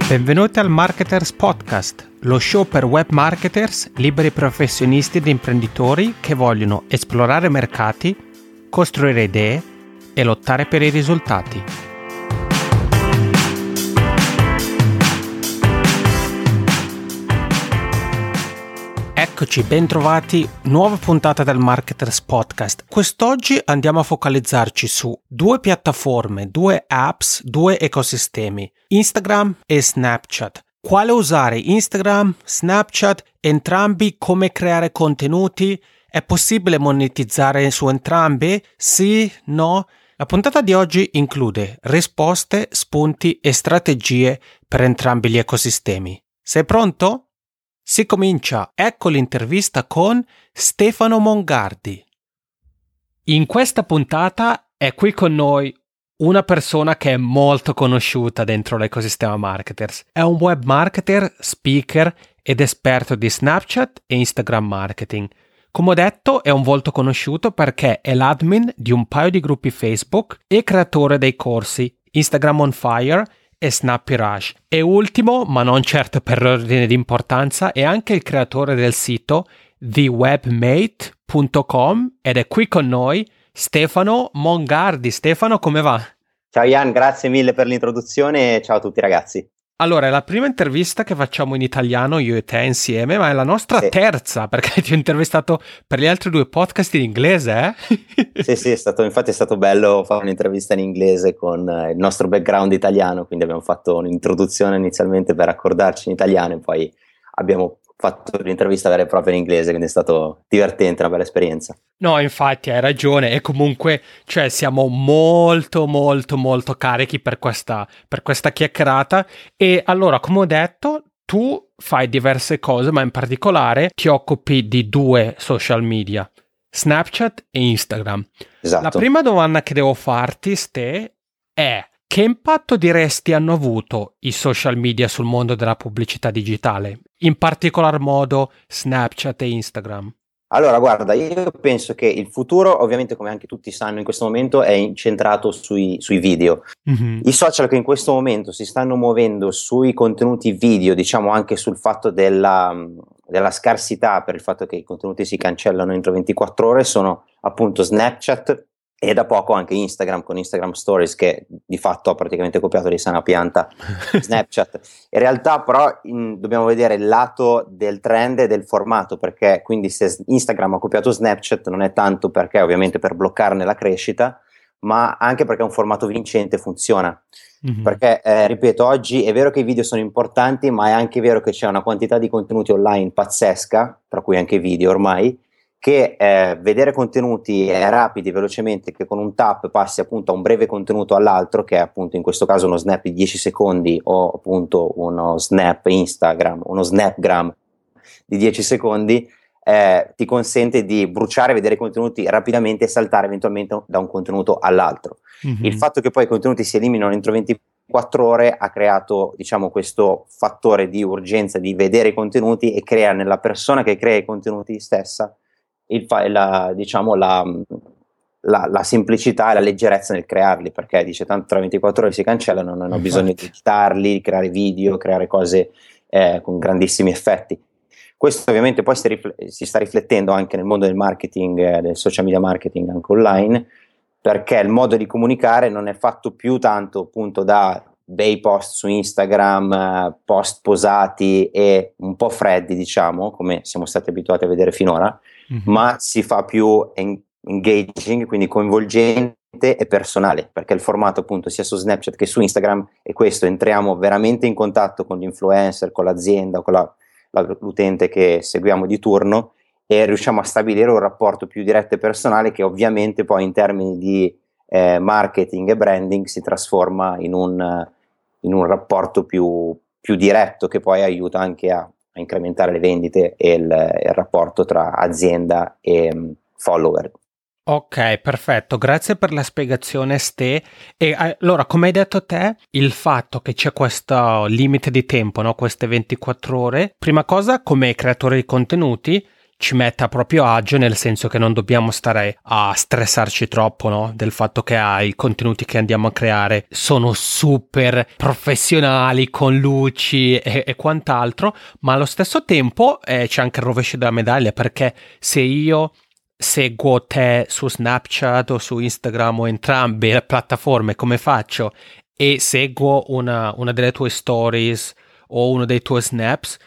Benvenuti al Marketers Podcast, lo show per web marketers, liberi professionisti ed imprenditori che vogliono esplorare mercati, costruire idee e lottare per i risultati. Eccoci, bentrovati, nuova puntata del Marketers Podcast. Quest'oggi andiamo a focalizzarci su due piattaforme, due apps, due ecosistemi, Instagram e Snapchat. Quale usare? Instagram, Snapchat, entrambi, come creare contenuti? È possibile monetizzare su entrambi? Sì? No? La puntata di oggi include risposte, spunti e strategie per entrambi gli ecosistemi. Sei pronto? Si comincia, ecco l'intervista con Stefano Mongardi. In questa puntata è qui con noi una persona che è molto conosciuta dentro l'ecosistema marketers. È un web marketer, speaker ed esperto di Snapchat e Instagram marketing. Come ho detto, è un volto conosciuto perché è l'admin di un paio di gruppi Facebook e creatore dei corsi Instagram on Fire e Snappy Rush. E ultimo, ma non certo per ordine di importanza, è anche il creatore del sito thewebmate.com ed è qui con noi Stefano Mongardi. Stefano, come va? Ciao Ian, grazie mille per l'introduzione e ciao a tutti ragazzi. Allora, è la prima intervista che facciamo in italiano io e te insieme, ma è la nostra terza, perché ti ho intervistato per gli altri due podcast in inglese, Sì, è stato bello fare un'intervista in inglese con il nostro background italiano, quindi abbiamo fatto un'introduzione inizialmente per accordarci in italiano e poi abbiamo fatto l'intervista vera e propria in inglese, quindi è stato divertente, una bella esperienza. No, infatti hai ragione, e comunque siamo molto carichi per questa chiacchierata. E allora, come ho detto, tu fai diverse cose, ma in particolare ti occupi di due social media, Snapchat e Instagram. Esatto. La prima domanda che devo farti, Ste, è: che impatto diresti hanno avuto i social media sul mondo della pubblicità digitale? In particolar modo Snapchat e Instagram. Allora, guarda, io penso che il futuro, ovviamente come anche tutti sanno in questo momento, è incentrato sui video. Mm-hmm. I social che in questo momento si stanno muovendo sui contenuti video, diciamo anche sul fatto della scarsità, per il fatto che i contenuti si cancellano entro 24 ore, sono appunto Snapchat e da poco anche Instagram con Instagram Stories, che di fatto ha praticamente copiato di sana pianta Snapchat. In realtà però dobbiamo vedere il lato del trend e del formato, perché quindi se Instagram ha copiato Snapchat non è tanto perché ovviamente per bloccarne la crescita, ma anche perché è un formato vincente, funziona. Mm-hmm. Perché ripeto, oggi è vero che i video sono importanti, ma è anche vero che c'è una quantità di contenuti online pazzesca, tra cui anche video ormai, che vedere contenuti rapidi, velocemente, che con un tap passi appunto a un breve contenuto all'altro, che è appunto in questo caso uno snap di 10 secondi o appunto uno snap Instagram, uno snapgram di 10 secondi, ti consente di bruciare, vedere i contenuti rapidamente e saltare eventualmente da un contenuto all'altro. Mm-hmm. Il fatto che poi i contenuti si eliminano entro 24 ore ha creato, diciamo, questo fattore di urgenza di vedere i contenuti e crea nella persona che crea i contenuti stessa la semplicità e la leggerezza nel crearli, perché dice tanto tra 24 ore si cancellano, non ho bisogno di editarli, di creare video, creare cose con grandissimi effetti. Questo ovviamente poi si sta riflettendo anche nel mondo del marketing, del social media marketing anche online, perché il modo di comunicare non è fatto più tanto appunto da bei post su Instagram, post posati e un po' freddi, diciamo, come siamo stati abituati a vedere finora, mm-hmm. ma si fa più engaging, quindi coinvolgente e personale, perché il formato appunto sia su Snapchat che su Instagram è questo: entriamo veramente in contatto con gli influencer, con l'azienda o con l'utente che seguiamo di turno e riusciamo a stabilire un rapporto più diretto e personale, che ovviamente poi in termini di marketing e branding si trasforma in un rapporto più diretto, che poi aiuta anche a incrementare le vendite e il rapporto tra azienda e follower. Ok, perfetto, grazie per la spiegazione, Ste. E allora, come hai detto te, il fatto che c'è questo limite di tempo, no? Queste 24 ore, prima cosa, come creatore di contenuti, ci mette a proprio agio, nel senso che non dobbiamo stare a stressarci troppo, no? Del fatto che i contenuti che andiamo a creare sono super professionali con luci e quant'altro, ma allo stesso tempo c'è anche il rovescio della medaglia, perché se io seguo te su Snapchat o su Instagram o entrambe le piattaforme, come faccio, e seguo una delle tue stories o uno dei tuoi snaps,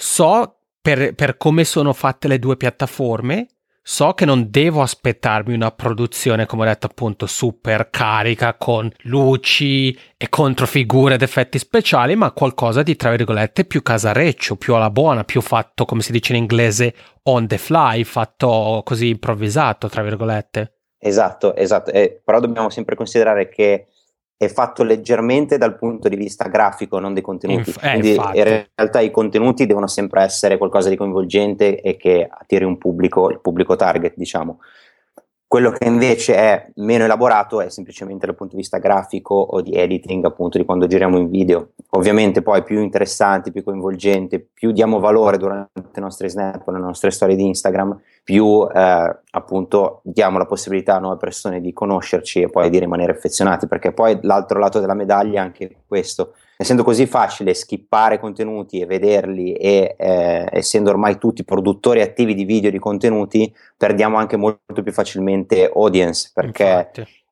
so per come sono fatte le due piattaforme, so che non devo aspettarmi una produzione, come ho detto appunto, super carica con luci e controfigure ed effetti speciali, ma qualcosa di, tra virgolette, più casareccio, più alla buona, più fatto, come si dice in inglese, on the fly, fatto così improvvisato, tra virgolette. Esatto, però dobbiamo sempre considerare che è fatto leggermente dal punto di vista grafico, non dei contenuti. Quindi infatti. in realtà i contenuti devono sempre essere qualcosa di coinvolgente e che attiri un pubblico, il pubblico target, diciamo. Quello che invece è meno elaborato è semplicemente dal punto di vista grafico o di editing, appunto, di quando giriamo in video. Ovviamente poi più interessanti, più coinvolgenti, più diamo valore durante i nostri snap, le nostre storie di Instagram, più appunto diamo la possibilità a nuove persone di conoscerci e poi di rimanere affezionati, perché poi l'altro lato della medaglia è anche questo. Essendo così facile skippare contenuti e vederli e essendo ormai tutti produttori attivi di video, di contenuti, perdiamo anche molto più facilmente audience, perché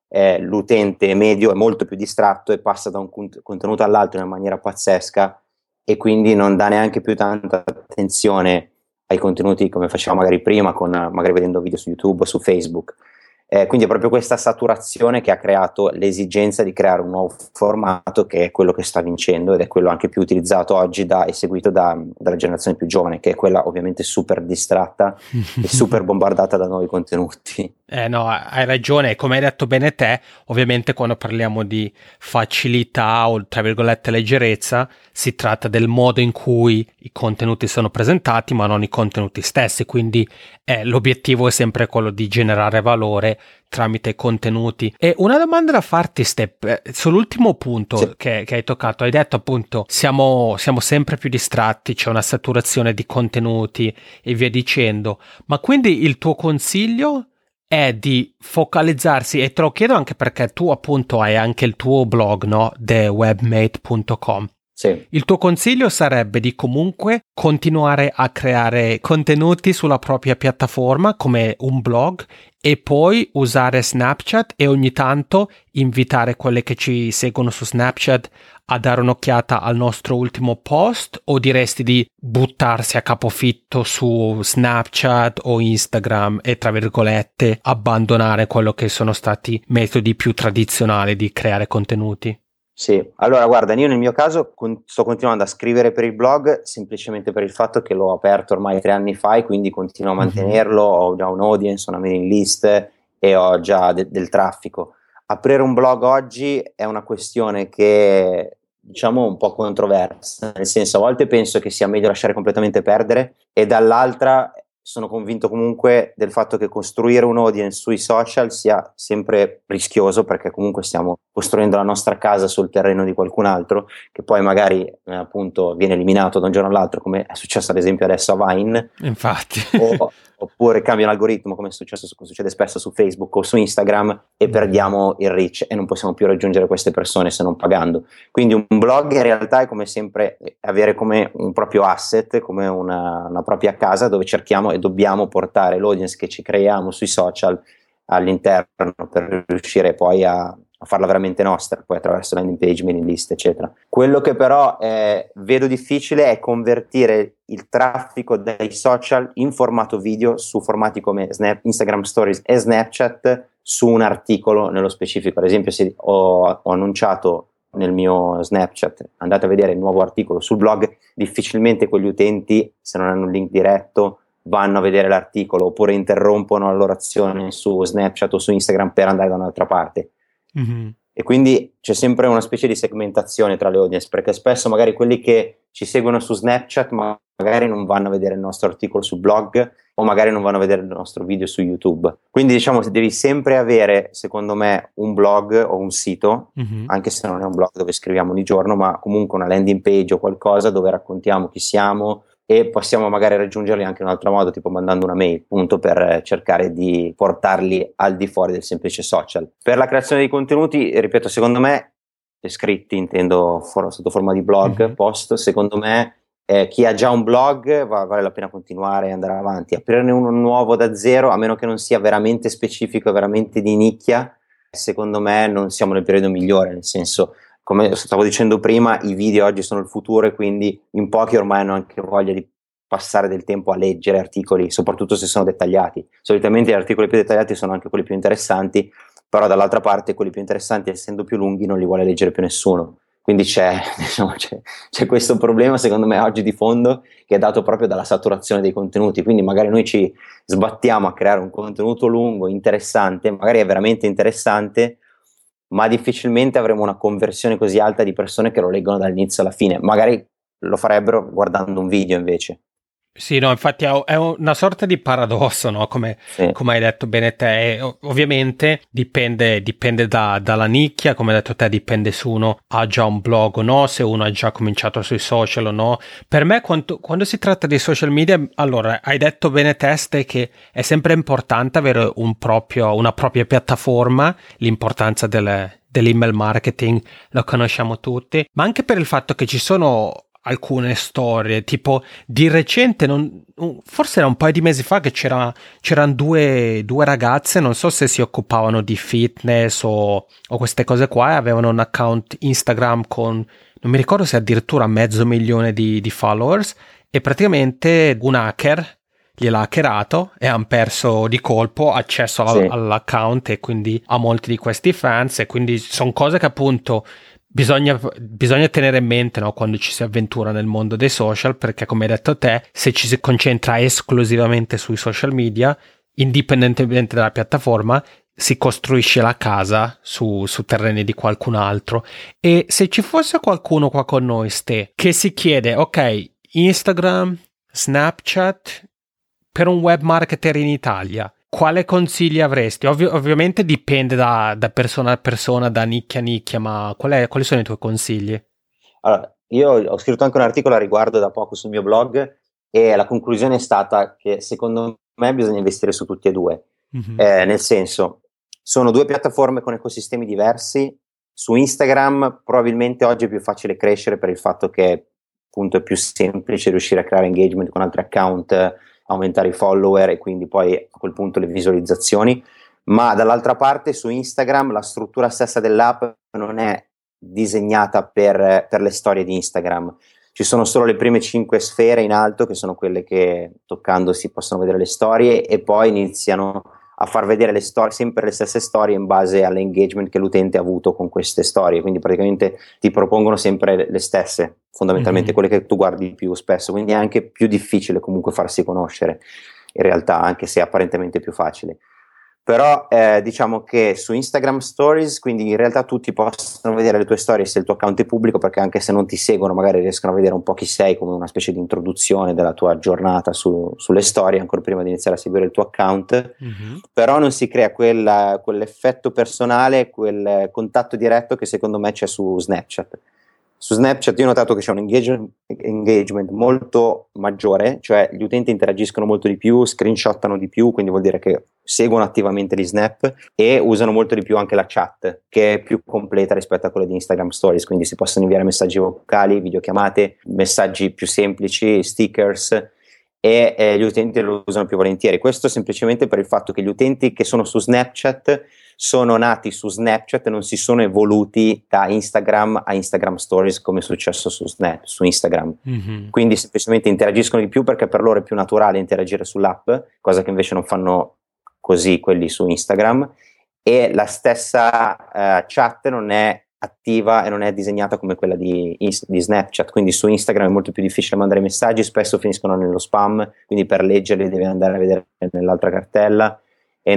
l'utente medio è molto più distratto e passa da un contenuto all'altro in una maniera pazzesca e quindi non dà neanche più tanta attenzione ai contenuti come faceva magari prima, magari vedendo video su YouTube o su Facebook. Quindi è proprio questa saturazione che ha creato l'esigenza di creare un nuovo formato, che è quello che sta vincendo ed è quello anche più utilizzato oggi e seguito dalla generazione più giovane, che è quella ovviamente super distratta e super bombardata da nuovi contenuti. No, hai ragione, come hai detto bene te, ovviamente quando parliamo di facilità o tra virgolette leggerezza, si tratta del modo in cui i contenuti sono presentati, ma non i contenuti stessi, quindi l'obiettivo è sempre quello di generare valore tramite i contenuti. E una domanda da farti, Step, sull'ultimo punto Sì. che hai toccato, hai detto appunto siamo sempre più distratti, c'è una saturazione di contenuti e via dicendo, ma quindi il tuo consiglio è di focalizzarsi, e te lo chiedo anche perché tu appunto hai anche il tuo blog, no? thewebmate.com. Sì. Il tuo consiglio sarebbe di comunque continuare a creare contenuti sulla propria piattaforma come un blog e poi usare Snapchat e ogni tanto invitare quelle che ci seguono su Snapchat a dare un'occhiata al nostro ultimo post, o diresti di buttarsi a capofitto su Snapchat o Instagram e tra virgolette abbandonare quello che sono stati metodi più tradizionali di creare contenuti? Sì, allora guarda, io nel mio caso sto continuando a scrivere per il blog semplicemente per il fatto che l'ho aperto ormai 3 anni fa e quindi continuo a mantenerlo, ho già un audience, una mailing list e ho già del traffico. Aprire un blog oggi è una questione che diciamo un po' controversa, nel senso a volte penso che sia meglio lasciare completamente perdere e dall'altra sono convinto comunque del fatto che costruire un audience sui social sia sempre rischioso, perché comunque stiamo costruendo la nostra casa sul terreno di qualcun altro che poi magari appunto viene eliminato da un giorno all'altro, come è successo ad esempio adesso a Vine. Infatti. Oppure cambia l'algoritmo, come succede spesso su Facebook o su Instagram, e perdiamo il reach e non possiamo più raggiungere queste persone se non pagando. Quindi un blog in realtà è come sempre avere come un proprio asset, come una propria casa dove cerchiamo e dobbiamo portare l'audience che ci creiamo sui social all'interno per riuscire poi a farla veramente nostra, poi attraverso landing page, mailing list, eccetera. Quello che però vedo difficile è convertire il traffico dai social in formato video su formati come Instagram Stories e Snapchat su un articolo nello specifico. Ad esempio, se ho annunciato nel mio Snapchat, andate a vedere il nuovo articolo sul blog, difficilmente quegli utenti, se non hanno un link diretto, vanno a vedere l'articolo oppure interrompono la loro azione su Snapchat o su Instagram per andare da un'altra parte. Mm-hmm. E quindi c'è sempre una specie di segmentazione tra le audience, perché spesso magari quelli che ci seguono su Snapchat magari non vanno a vedere il nostro articolo sul blog o magari non vanno a vedere il nostro video su YouTube. Quindi diciamo che devi sempre avere, secondo me, un blog o un sito, anche se non è un blog dove scriviamo ogni giorno, ma comunque una landing page o qualcosa dove raccontiamo chi siamo, e possiamo magari raggiungerli anche in un altro modo, tipo mandando una mail, appunto, per cercare di portarli al di fuori del semplice social. Per la creazione dei contenuti, ripeto, secondo me, scritti, intendo sotto forma di blog, post, secondo me chi ha già un blog vale la pena continuare e andare avanti. Aprirne uno nuovo da zero, a meno che non sia veramente specifico, veramente di nicchia, secondo me non siamo nel periodo migliore, nel senso, come stavo dicendo prima, i video oggi sono il futuro e quindi in pochi ormai hanno anche voglia di passare del tempo a leggere articoli, soprattutto se sono dettagliati. Solitamente gli articoli più dettagliati sono anche quelli più interessanti, però dall'altra parte quelli più interessanti, essendo più lunghi, non li vuole leggere più nessuno. Quindi diciamo, c'è questo problema, secondo me, oggi di fondo, che è dato proprio dalla saturazione dei contenuti. Quindi magari noi ci sbattiamo a creare un contenuto lungo, interessante, magari è veramente interessante, ma difficilmente avremo una conversione così alta di persone che lo leggono dall'inizio alla fine. Magari lo farebbero guardando un video invece. Sì, no, infatti è una sorta di paradosso, no? Come hai detto bene te. Ovviamente dipende dalla nicchia, come hai detto te, dipende se uno ha già un blog o no, se uno ha già cominciato sui social o no. Per me, quando si tratta di social media, allora, hai detto bene te, che è sempre importante avere una propria piattaforma, l'importanza dell'email marketing, lo conosciamo tutti, ma anche per il fatto che ci sono alcune storie, tipo di recente, forse era un paio di mesi fa che c'erano due ragazze, non so se si occupavano di fitness o queste cose qua, e avevano un account Instagram con, non mi ricordo se addirittura 500.000 di followers, e praticamente un hacker gliel'ha hackerato e hanno perso di colpo accesso all'account e quindi a molti di questi fans, e quindi sono cose che appunto bisogna tenere in mente, no, quando ci si avventura nel mondo dei social, perché come hai detto te, se ci si concentra esclusivamente sui social media, indipendentemente dalla piattaforma, si costruisce la casa su terreni di qualcun altro. E se ci fosse qualcuno qua con noi, che si chiede, ok, Instagram, Snapchat, per un web marketer in Italia, quale consigli avresti? Ovviamente dipende da persona a persona, da nicchia a nicchia, ma quali sono i tuoi consigli? Allora, io ho scritto anche un articolo a riguardo da poco sul mio blog e la conclusione è stata che secondo me bisogna investire su tutti e due. Nel senso, sono due piattaforme con ecosistemi diversi. Su Instagram probabilmente oggi è più facile crescere per il fatto che appunto è più semplice riuscire a creare engagement con altri account, aumentare i follower e quindi poi a quel punto le visualizzazioni, ma dall'altra parte su Instagram la struttura stessa dell'app non è disegnata per le storie di Instagram. Ci sono solo le prime 5 sfere in alto, che sono quelle che toccando si possono vedere le storie, e poi iniziano a far vedere le storie, sempre le stesse storie in base all'engagement che l'utente ha avuto con queste storie, quindi praticamente ti propongono sempre le stesse, fondamentalmente quelle che tu guardi più spesso, quindi è anche più difficile comunque farsi conoscere in realtà, anche se è apparentemente più facile. Però diciamo che su Instagram Stories, quindi in realtà tutti possono vedere le tue storie se il tuo account è pubblico, perché anche se non ti seguono magari riescono a vedere un po' chi sei, come una specie di introduzione della tua giornata sulle storie, ancora prima di iniziare a seguire il tuo account. Però non si crea quell'effetto personale, quel contatto diretto che secondo me c'è su Snapchat. Su Snapchat io ho notato che c'è un engagement molto maggiore, cioè gli utenti interagiscono molto di più, screenshottano di più, quindi vuol dire che seguono attivamente gli snap e usano molto di più anche la chat, che è più completa rispetto a quella di Instagram Stories, quindi si possono inviare messaggi vocali, videochiamate, messaggi più semplici, stickers, e gli utenti lo usano più volentieri. Questo semplicemente per il fatto che gli utenti che sono su Snapchat sono nati su Snapchat e non si sono evoluti da Instagram a Instagram Stories come è successo su Instagram. Quindi semplicemente interagiscono di più perché per loro è più naturale interagire sull'app, cosa che invece non fanno così quelli su Instagram, e la stessa chat non è attiva e non è disegnata come quella di Snapchat, quindi su Instagram è molto più difficile mandare messaggi, spesso finiscono nello spam, quindi per leggerli devi andare a vedere nell'altra cartella e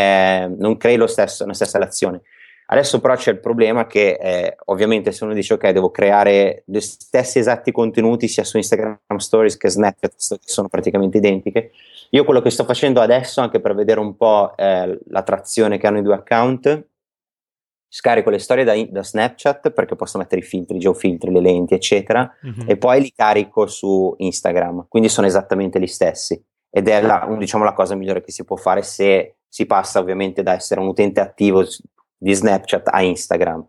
non crei la stessa relazione. Adesso però c'è il problema che ovviamente se uno dice ok, devo creare gli stessi esatti contenuti sia su Instagram Stories che Snapchat, che sono praticamente identiche, io quello che sto facendo adesso, anche per vedere un po' la trazione che hanno i due account, scarico le storie da Snapchat perché posso mettere i filtri, i geofiltri, le lenti, eccetera, e poi li carico su Instagram, quindi sono esattamente gli stessi. Ed è diciamo, la cosa migliore che si può fare se si passa ovviamente da essere un utente attivo di Snapchat a Instagram.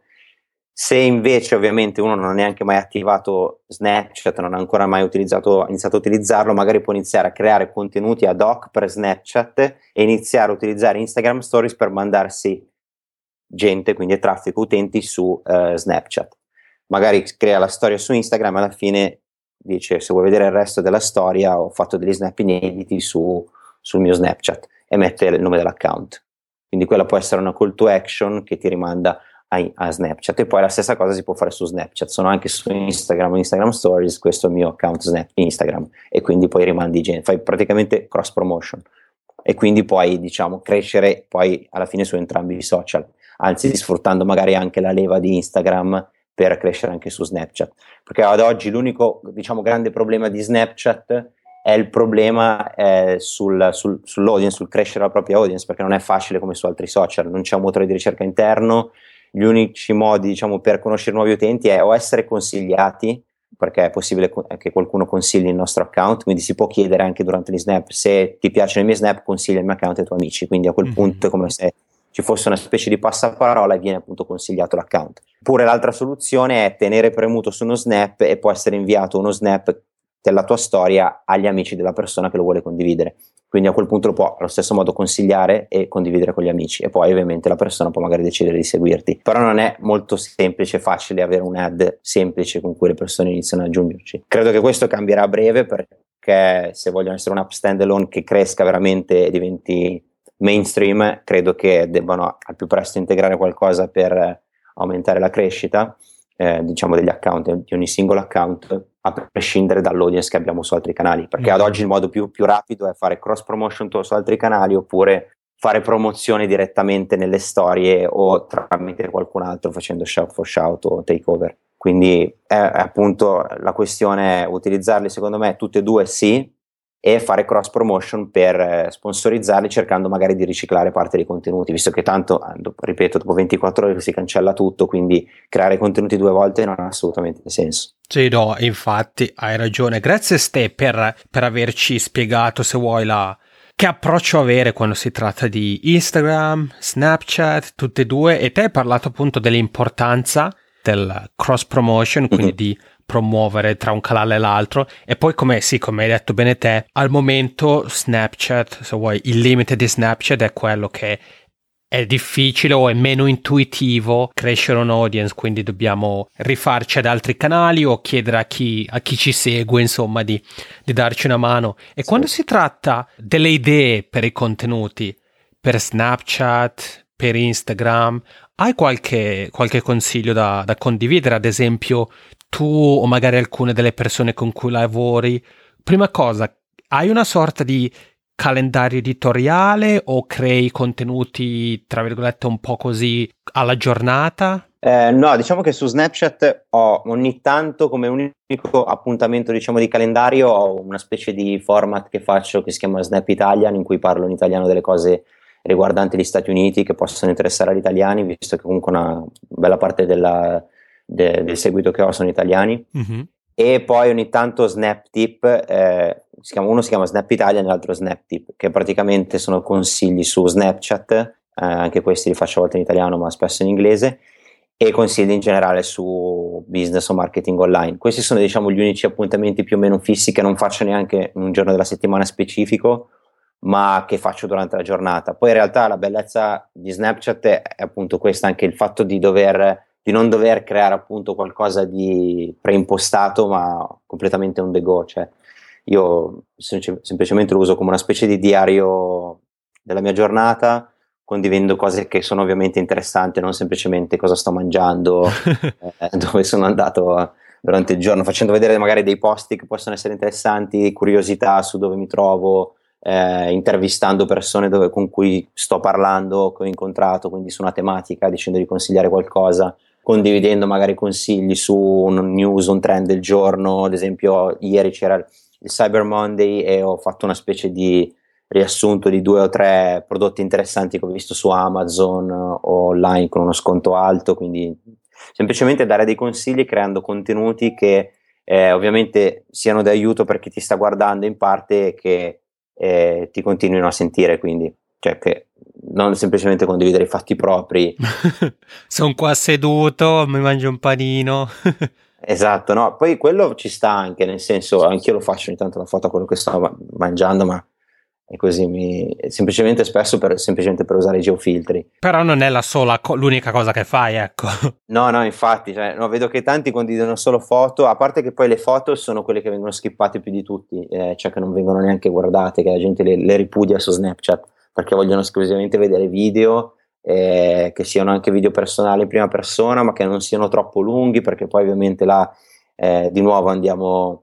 Se invece ovviamente uno non ha neanche mai attivato Snapchat, non ha ancora mai iniziato a utilizzarlo, magari può iniziare a creare contenuti ad hoc per Snapchat e iniziare a utilizzare Instagram Stories per mandarsi gente, quindi traffico utenti su Snapchat. Magari crea la storia su Instagram e alla fine dice: se vuoi vedere il resto della storia ho fatto degli snap inediti sul mio Snapchat, e mette il nome dell'account. Quindi quella può essere una call to action che ti rimanda a Snapchat. E poi la stessa cosa si può fare su Snapchat, sono anche su Instagram Stories, questo è il mio account Instagram, e quindi poi rimandi gente, fai praticamente cross promotion e quindi puoi, diciamo, crescere poi alla fine su entrambi i social, anzi sfruttando magari anche la leva di Instagram per crescere anche su Snapchat, perché ad oggi l'unico, diciamo, grande problema di Snapchat è il problema sull'audience, sul crescere la propria audience, perché non è facile come su altri social, non c'è un motore di ricerca interno. Gli unici modi, diciamo, per conoscere nuovi utenti è o essere consigliati, perché è possibile che qualcuno consigli il nostro account, quindi si può chiedere anche durante gli snap: se ti piacciono i miei snap, consiglia il mio account ai tuoi amici, quindi a quel punto è come se ci fosse una specie di passaparola e viene appunto consigliato l'account. Oppure l'altra soluzione è tenere premuto su uno snap e può essere inviato uno snap della tua storia agli amici della persona che lo vuole condividere, quindi a quel punto lo può allo stesso modo consigliare e condividere con gli amici, e poi ovviamente la persona può magari decidere di seguirti. Però non è molto semplice, facile avere un ad semplice con cui le persone iniziano ad aggiungerci. Credo che questo cambierà a breve, perché se vogliono essere un'app standalone che cresca veramente e diventi mainstream, credo che debbano al più presto integrare qualcosa per aumentare la crescita, diciamo, degli account, di ogni singolo account, a prescindere dall'audience che abbiamo su altri canali, perché ad oggi il modo più rapido è fare cross promotion su altri canali, oppure fare promozione direttamente nelle storie o tramite qualcun altro facendo shout for shout o takeover. Quindi è appunto la questione è utilizzarli, secondo me, tutte e due sì, e fare cross promotion per sponsorizzarli, cercando magari di riciclare parte dei contenuti, visto che tanto, ripeto, dopo 24 ore si cancella tutto, quindi creare contenuti due volte non ha assolutamente senso. Sì, no, infatti hai ragione. Grazie Ste per averci spiegato, se vuoi, che approccio avere quando si tratta di Instagram, Snapchat, tutte e due, e te hai parlato appunto dell'importanza del cross promotion, quindi di promuovere tra un canale e l'altro. E poi, come hai detto bene te, al momento Snapchat, se vuoi, il limite di Snapchat è quello che è difficile o è meno intuitivo crescere un audience, quindi dobbiamo rifarci ad altri canali o chiedere a chi ci segue, insomma, di darci una mano. E sì, quando si tratta delle idee per i contenuti, per Snapchat, per Instagram, hai qualche consiglio da condividere? Ad esempio, tu o magari alcune delle persone con cui lavori, prima cosa, hai una sorta di calendario editoriale o crei contenuti, tra virgolette, un po' così alla giornata? No, diciamo che su Snapchat ho ogni tanto, come unico appuntamento, diciamo, di calendario, ho una specie di format che faccio che si chiama Snap Italian, in cui parlo in italiano delle cose riguardanti gli Stati Uniti che possono interessare agli italiani, visto che comunque una bella parte del seguito che ho sono italiani. E poi ogni tanto Snap Tip, uno si chiama Snap Italian e l'altro Snap Tip, che praticamente sono consigli su Snapchat, anche questi li faccio a volte in italiano ma spesso in inglese, e consigli in generale su business o marketing online. Questi sono, diciamo, gli unici appuntamenti più o meno fissi che non faccio neanche un giorno della settimana specifico, ma che faccio durante la giornata. Poi in realtà la bellezza di Snapchat è appunto questa, anche il fatto di non dover creare appunto qualcosa di preimpostato, ma completamente on the go. Cioè, io semplicemente lo uso come una specie di diario della mia giornata, condividendo cose che sono ovviamente interessanti, non semplicemente cosa sto mangiando, dove sono andato durante il giorno, facendo vedere magari dei posti che possono essere interessanti, curiosità su dove mi trovo, intervistando persone con cui sto parlando, che ho incontrato, quindi su una tematica, dicendo di consigliare qualcosa, condividendo magari consigli su un news, un trend del giorno. Ad esempio ieri c'era il Cyber Monday e ho fatto una specie di riassunto di 2 o 3 prodotti interessanti che ho visto su Amazon o online con uno sconto alto, quindi semplicemente dare dei consigli creando contenuti che ovviamente siano d'aiuto per chi ti sta guardando in parte e che ti continuino a sentire, quindi cioè che non semplicemente condividere i fatti propri. Sono qua seduto, mi mangio un panino. Esatto, no, poi quello ci sta anche, nel senso, anch'io lo faccio ogni tanto la foto a quello che sto mangiando, ma è così, semplicemente spesso semplicemente per usare i geofiltri. Però non è l'unica cosa che fai, ecco. No, infatti, cioè, no, vedo che tanti condividono solo foto, a parte che poi le foto sono quelle che vengono skippate più di tutti, cioè che non vengono neanche guardate, che la gente le ripudia su Snapchat, perché vogliono esclusivamente vedere video, che siano anche video personali in prima persona, ma che non siano troppo lunghi, perché poi ovviamente là di nuovo andiamo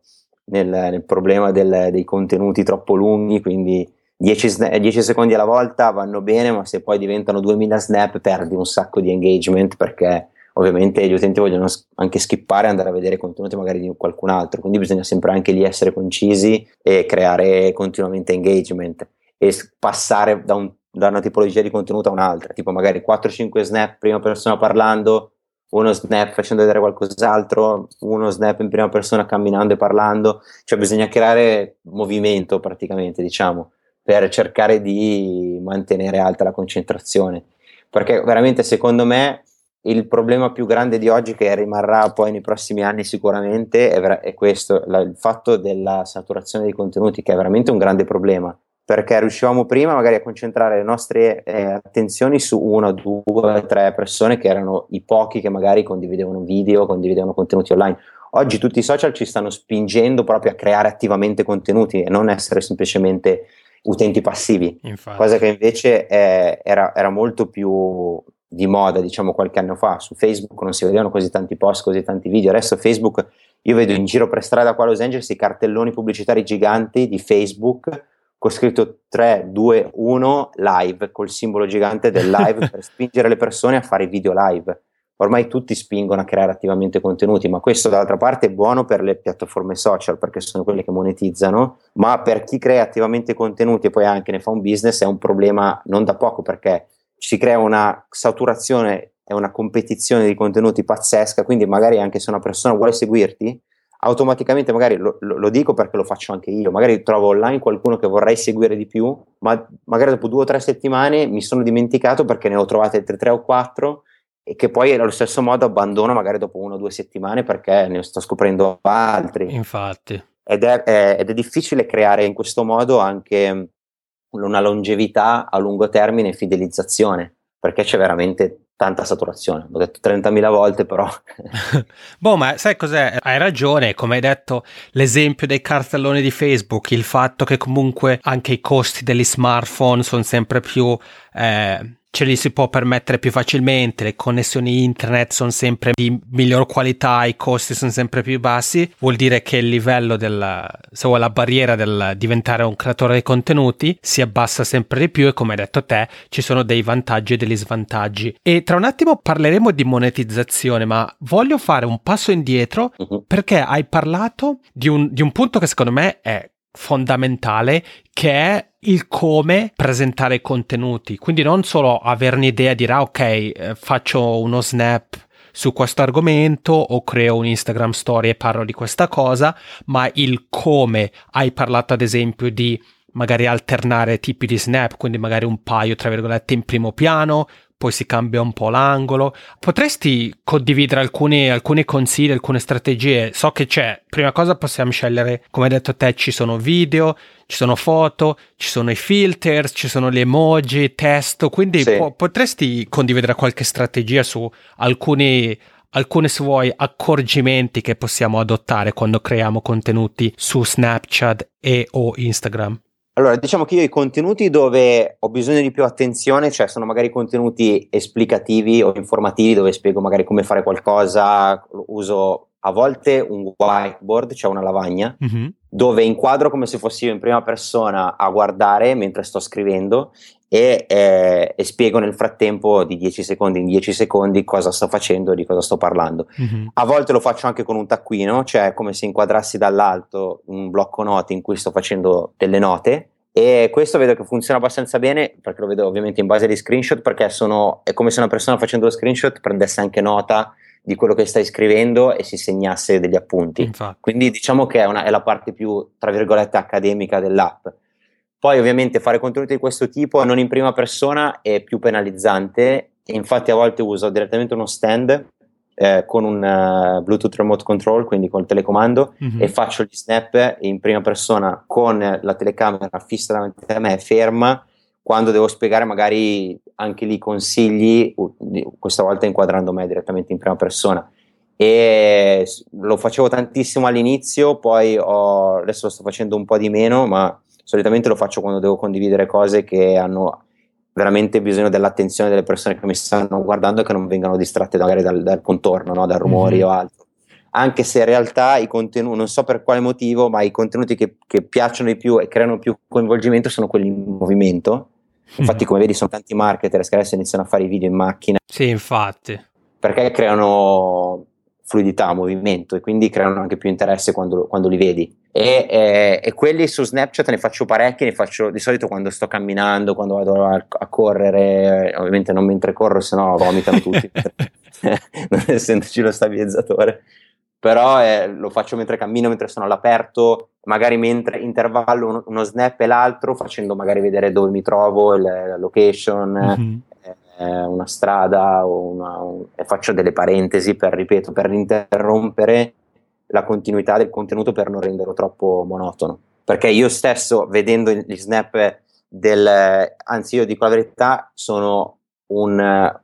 nel problema dei contenuti troppo lunghi, quindi 10 secondi alla volta vanno bene, ma se poi diventano 2000 snap perdi un sacco di engagement, perché ovviamente gli utenti vogliono anche skippare e andare a vedere contenuti magari di qualcun altro, quindi bisogna sempre anche lì essere concisi e creare continuamente engagement e passare da una tipologia di contenuto a un'altra, tipo magari 4-5 snap prima persona parlando, uno snap facendo vedere qualcos'altro, uno snap in prima persona camminando e parlando, cioè bisogna creare movimento praticamente, diciamo, per cercare di mantenere alta la concentrazione, perché veramente secondo me il problema più grande di oggi, che rimarrà poi nei prossimi anni sicuramente, è questo, il fatto della saturazione dei contenuti, che è veramente un grande problema, perché riuscivamo prima magari a concentrare le nostre attenzioni su 1, 2, 3 persone, che erano i pochi che magari condividevano video, condividevano contenuti online. Oggi tutti i social ci stanno spingendo proprio a creare attivamente contenuti e non essere semplicemente utenti passivi. Infatti. Cosa che invece era molto più di moda, diciamo, qualche anno fa. Su Facebook non si vedevano così tanti post, così tanti video. Adesso Facebook, io vedo in giro per strada qua a Los Angeles i cartelloni pubblicitari giganti di Facebook con scritto 3, 2, 1 live, col simbolo gigante del live per spingere le persone a fare video live. Ormai tutti spingono a creare attivamente contenuti, ma questo dall'altra parte è buono per le piattaforme social, perché sono quelle che monetizzano, ma per chi crea attivamente contenuti e poi anche ne fa un business è un problema non da poco, perché si crea una saturazione e una competizione di contenuti pazzesca, quindi magari anche se una persona vuole seguirti, automaticamente, magari lo dico perché lo faccio anche io, magari trovo online qualcuno che vorrei seguire di più, ma magari dopo 2 o 3 settimane mi sono dimenticato perché ne ho trovate 3 o 4 e che poi allo stesso modo abbandono magari dopo 1 o 2 settimane perché ne sto scoprendo altri. Infatti. Ed è difficile creare in questo modo anche una longevità a lungo termine e fidelizzazione, perché c'è veramente tanta saturazione. L'ho detto 30.000 volte, però boh, ma sai cos'è? Hai ragione, come hai detto, l'esempio dei cartelloni di Facebook, il fatto che comunque anche i costi degli smartphone sono sempre più ce li si può permettere più facilmente, le connessioni internet sono sempre di miglior qualità, i costi sono sempre più bassi, vuol dire che il livello se vuoi, la barriera del diventare un creatore di contenuti si abbassa sempre di più e, come hai detto te, ci sono dei vantaggi e degli svantaggi. E tra un attimo parleremo di monetizzazione, ma voglio fare un passo indietro perché hai parlato di un punto che secondo me è fondamentale, che è il come presentare i contenuti, quindi non solo avere un'idea e dire ok, faccio uno snap su questo argomento o creo un Instagram story e parlo di questa cosa, ma il come. Hai parlato ad esempio di magari alternare tipi di snap, quindi magari un paio tra virgolette in primo piano, poi si cambia un po' l'angolo. Potresti condividere alcuni consigli, alcune strategie? So che prima cosa possiamo scegliere, come hai detto te, ci sono video, ci sono foto, ci sono i filters, ci sono gli emoji, testo, quindi sì. Potresti condividere qualche strategia su alcuni se vuoi accorgimenti che possiamo adottare quando creiamo contenuti su Snapchat e o Instagram? Allora, diciamo che io i contenuti dove ho bisogno di più attenzione, cioè sono magari contenuti esplicativi o informativi dove spiego magari come fare qualcosa, uso a volte un whiteboard, cioè una lavagna, dove inquadro come se fossi io in prima persona a guardare mentre sto scrivendo e spiego nel frattempo di 10 secondi in 10 secondi cosa sto facendo e di cosa sto parlando. A volte lo faccio anche con un taccuino, cioè come se inquadrassi dall'alto un blocco note in cui sto facendo delle note E questo vedo che funziona abbastanza bene, perché lo vedo ovviamente in base agli screenshot, perché è come se una persona facendo lo screenshot prendesse anche nota di quello che stai scrivendo e si segnasse degli appunti. Infatti. Quindi diciamo che è la parte più, tra virgolette, accademica dell'app. Poi ovviamente fare contenuti di questo tipo non in prima persona è più penalizzante, e infatti a volte uso direttamente uno stand con un Bluetooth Remote Control, quindi col telecomando, e faccio gli snap in prima persona con la telecamera fissa davanti a me, ferma, quando devo spiegare magari anche lì consigli, questa volta inquadrando me direttamente in prima persona. E lo facevo tantissimo all'inizio, poi adesso lo sto facendo un po' di meno, ma solitamente lo faccio quando devo condividere cose che hanno veramente bisogno dell'attenzione delle persone che mi stanno guardando e che non vengano distratte magari dal contorno, no? Dal rumori o altro. Anche se in realtà i contenuti, non so per quale motivo, ma i contenuti che piacciono di più e creano più coinvolgimento sono quelli in movimento. Infatti, come vedi, sono tanti marketer che adesso iniziano a fare i video in macchina. Sì, infatti. Perché creano fluidità, movimento, e quindi creano anche più interesse quando li vedi. E quelli su Snapchat ne faccio parecchi, ne faccio di solito quando sto camminando, quando vado a correre, ovviamente non mentre corro, sennò vomitano tutti, non essendoci lo stabilizzatore. Però lo faccio mentre cammino, mentre sono all'aperto, magari mentre intervallo uno snap e l'altro, facendo magari vedere dove mi trovo, la location, una strada e faccio delle parentesi per interrompere la continuità del contenuto, per non renderlo troppo monotono, perché io stesso, vedendo gli snap anzi, io dico la verità, sono un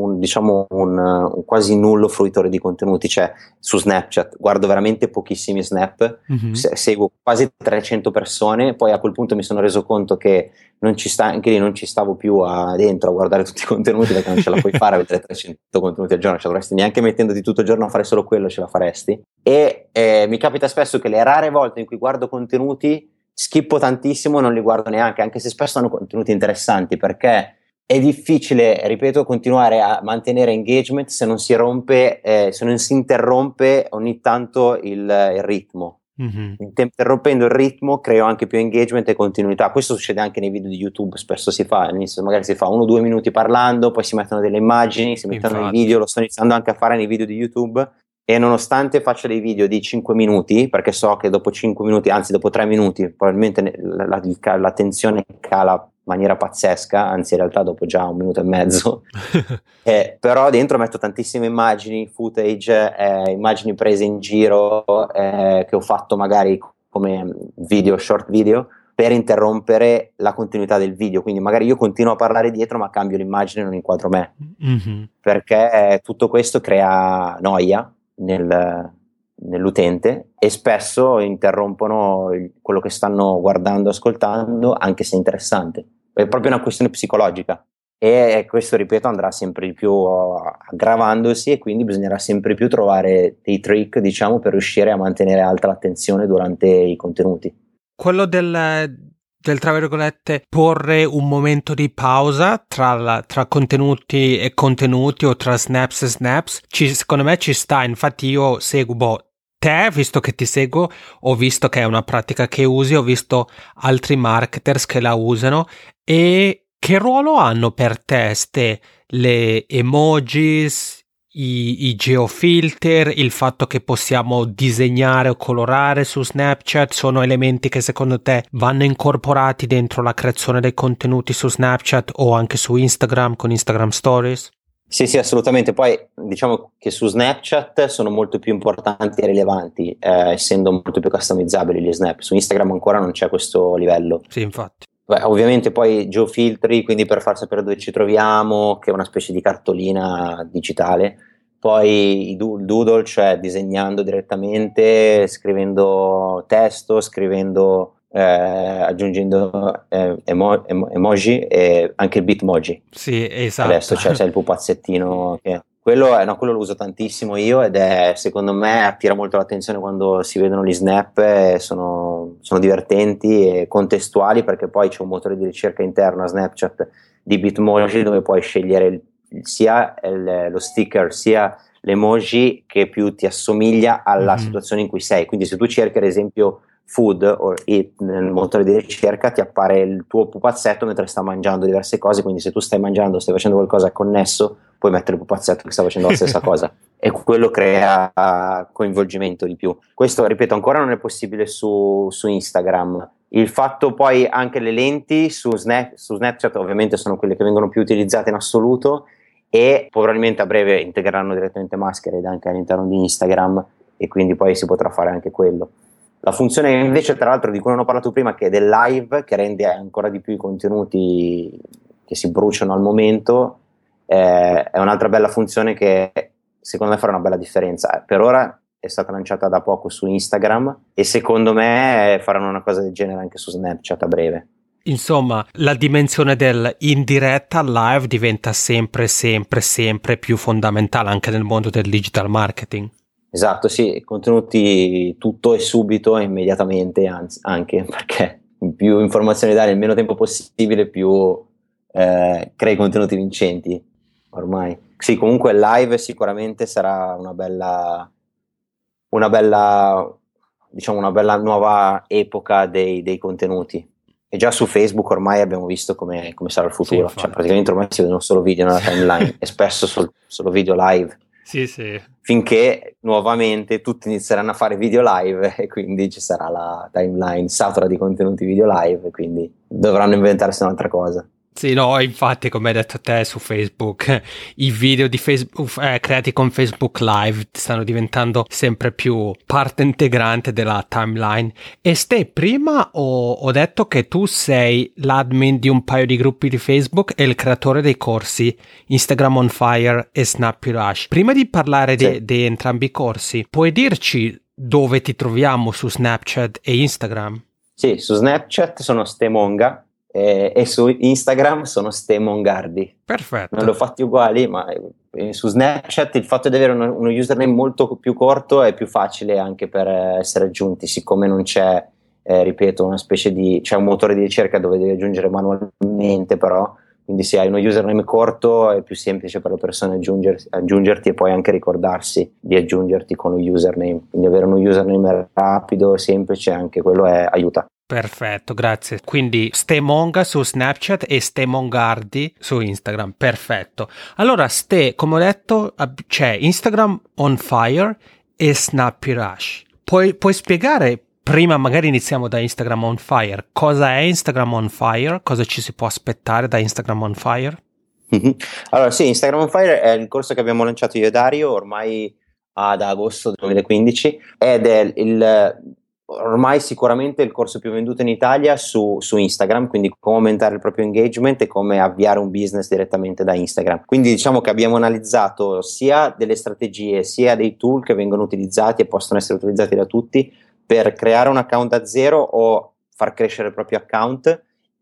quasi nullo fruitore di contenuti, cioè su Snapchat guardo veramente pochissimi snap, seguo quasi 300 persone, poi a quel punto mi sono reso conto che anche lì non ci stavo più dentro a guardare tutti i contenuti, perché non ce la puoi fare a vedere 300 contenuti al giorno, cioè dovresti neanche mettendoti tutto il giorno a fare solo quello, ce la faresti. E mi capita spesso che le rare volte in cui guardo contenuti schippo tantissimo, non li guardo neanche, anche se spesso hanno contenuti interessanti, perché è difficile, ripeto, continuare a mantenere engagement se non si interrompe ogni tanto il ritmo. Interrompendo il ritmo creo anche più engagement e continuità. Questo succede anche nei video di YouTube, spesso si fa all'inizio, magari si fa 1 o 2 minuti parlando, poi si mettono delle immagini, si mettono nei video. Lo sto iniziando anche a fare nei video di YouTube, e nonostante faccia dei video di 5 minuti, perché so che dopo 5 minuti, anzi dopo 3 minuti, probabilmente l'attenzione cala in maniera pazzesca, anzi in realtà dopo già 1 minuto e mezzo, però dentro metto tantissime immagini, footage, immagini prese in giro, che ho fatto magari come short video, per interrompere la continuità del video. Quindi magari io continuo a parlare dietro, ma cambio l'immagine e non inquadro me, perché tutto questo crea noia nell'utente, e spesso interrompono quello che stanno guardando, ascoltando, anche se è interessante. È proprio una questione psicologica, e questo, ripeto, andrà sempre di più aggravandosi, e quindi bisognerà sempre più trovare dei trick, diciamo, per riuscire a mantenere alta l'attenzione durante i contenuti. Quello del tra virgolette porre un momento di pausa tra contenuti e contenuti, o tra snaps e snaps, secondo me ci sta. Infatti io seguo te, visto che ti seguo, ho visto che è una pratica che usi, ho visto altri marketers che la usano. E che ruolo hanno per te le emojis, i geofilter, il fatto che possiamo disegnare o colorare su Snapchat? Sono elementi che secondo te vanno incorporati dentro la creazione dei contenuti su Snapchat o anche su Instagram con Instagram Stories? Sì, assolutamente. Poi diciamo che su Snapchat sono molto più importanti e rilevanti, essendo molto più customizzabili gli snap. Su Instagram ancora non c'è questo livello. Sì, infatti. Beh, ovviamente poi geofiltri, quindi per far sapere dove ci troviamo, che è una specie di cartolina digitale. Poi i doodle, cioè disegnando direttamente, scrivendo testo, aggiungendo emoji, e anche il bitmoji. Sì, esatto. Adesso c'è il pupazzettino quello lo uso tantissimo io, ed secondo me attira molto l'attenzione quando si vedono gli snap, sono divertenti e contestuali, perché poi c'è un motore di ricerca interno a Snapchat di bitmoji, dove puoi scegliere sia lo sticker sia l'emoji che più ti assomiglia alla situazione in cui sei. Quindi se tu cerchi ad esempio food o eat nel motore di ricerca, ti appare il tuo pupazzetto mentre sta mangiando diverse cose, quindi se tu stai mangiando, stai facendo qualcosa connesso, puoi mettere il pupazzetto che sta facendo la stessa cosa, e quello crea coinvolgimento di più. Questo, ripeto, ancora non è possibile su Instagram. Il fatto poi anche le lenti su Snapchat ovviamente sono quelle che vengono più utilizzate in assoluto, e probabilmente a breve integreranno direttamente maschere anche all'interno di Instagram, e quindi poi si potrà fare anche quello. La funzione invece, tra l'altro, di cui non ho parlato prima, che è del live, che rende ancora di più i contenuti che si bruciano al momento, è un'altra bella funzione che secondo me farà una bella differenza. Per ora è stata lanciata da poco su Instagram, e secondo me faranno una cosa del genere anche su Snapchat a breve. Insomma, la dimensione del in diretta live diventa sempre più fondamentale anche nel mondo del digital marketing. Esatto, sì, contenuti tutto e subito e immediatamente, anzi, anche perché più informazioni dai nel meno tempo possibile, più crei contenuti vincenti ormai. Sì, comunque live sicuramente sarà una bella diciamo una bella nuova epoca dei contenuti. E già su Facebook ormai abbiamo visto come sarà il futuro, sì, cioè praticamente ormai si vedono solo video nella timeline e spesso solo video live. Sì, sì. Finché nuovamente tutti inizieranno a fare video live, e quindi ci sarà la timeline satura di contenuti video live, e quindi dovranno inventarsi un'altra cosa. Sì, no, infatti, come hai detto te su Facebook, i video di Facebook creati con Facebook Live stanno diventando sempre più parte integrante della timeline. E Ste, prima ho detto che tu sei l'admin di un paio di gruppi di Facebook e il creatore dei corsi Instagram on Fire e Snappy Rush. Prima di parlare di entrambi i corsi, puoi dirci dove ti troviamo su Snapchat e Instagram? Sì, su Snapchat sono Stemonga, e su Instagram sono Ste Mongardi. Perfetto. Non l'ho fatti uguali, ma su Snapchat il fatto di avere uno username molto più corto è più facile anche per essere aggiunti, siccome non c'è, ripeto, c'è un motore di ricerca dove devi aggiungere manualmente, però, quindi se hai uno username corto è più semplice per le persone aggiungerti, e poi anche ricordarsi di aggiungerti con un username. Quindi avere un username rapido e semplice, anche quello aiuta. Perfetto, grazie. Quindi Stemonga su Snapchat e Stemongardi su Instagram. Perfetto. Allora, Ste, come ho detto, c'è Instagram on Fire e Snappy Rush. Puoi spiegare, prima magari iniziamo da Instagram on Fire, cosa è Instagram on Fire? Cosa ci si può aspettare da Instagram on Fire? Allora, sì, Instagram on Fire è il corso che abbiamo lanciato io e Dario ormai ad agosto 2015, ed è ormai sicuramente il corso più venduto in Italia su Instagram, quindi come aumentare il proprio engagement e come avviare un business direttamente da Instagram. Quindi diciamo che abbiamo analizzato sia delle strategie sia dei tool che vengono utilizzati e possono essere utilizzati da tutti per creare un account da zero o far crescere il proprio account,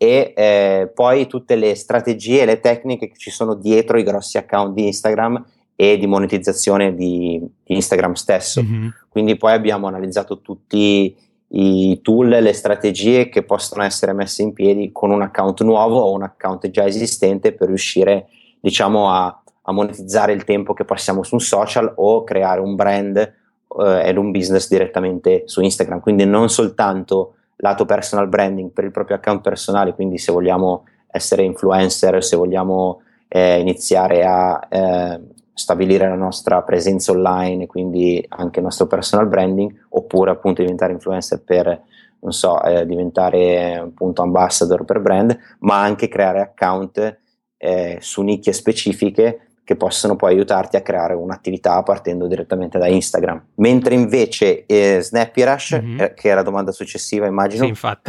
e poi tutte le strategie e le tecniche che ci sono dietro i grossi account di Instagram e di monetizzazione di Instagram stesso. Mm-hmm. Quindi poi abbiamo analizzato tutti i tool e le strategie che possono essere messe in piedi con un account nuovo o un account già esistente, per riuscire, diciamo, a monetizzare il tempo che passiamo su un social o creare un brand ed un business direttamente su Instagram. Quindi non soltanto lato personal branding per il proprio account personale, quindi se vogliamo essere influencer, se vogliamo iniziare a stabilire la nostra presenza online e quindi anche il nostro personal branding, oppure appunto diventare influencer per, non so, diventare appunto ambassador per brand, ma anche creare account su nicchie specifiche che possono poi aiutarti a creare un'attività partendo direttamente da Instagram. Mentre invece Snappy Rush, che è la domanda successiva, immagino. Sì, infatti.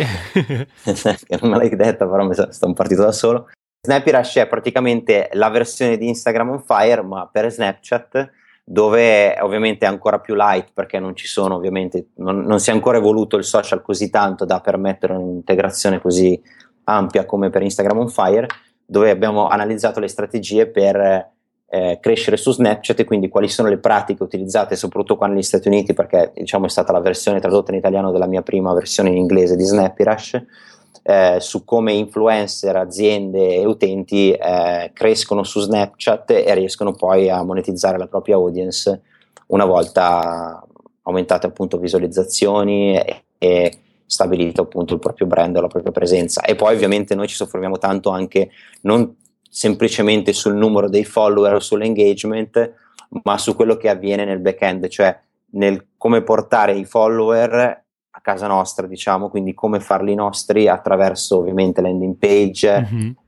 Che non me l'hai detta, però mi sono partito da solo. Snappy Rush è praticamente la versione di Instagram on Fire, ma per Snapchat, dove ovviamente è ancora più light, perché non ci sono, ovviamente, non si è ancora evoluto il social così tanto da permettere un'integrazione così ampia come per Instagram on Fire, dove abbiamo analizzato le strategie per crescere su Snapchat, e quindi quali sono le pratiche utilizzate soprattutto qua negli Stati Uniti, perché diciamo è stata la versione tradotta in italiano della mia prima versione in inglese di Snappy Rush, su come influencer, aziende e utenti crescono su Snapchat e riescono poi a monetizzare la propria audience una volta aumentate appunto visualizzazioni e stabilito appunto il proprio brand o la propria presenza. E poi ovviamente noi ci soffermiamo tanto anche non semplicemente sul numero dei follower o sull'engagement, ma su quello che avviene nel back-end, cioè nel come portare i follower a casa nostra, diciamo, quindi come farli nostri attraverso ovviamente landing page,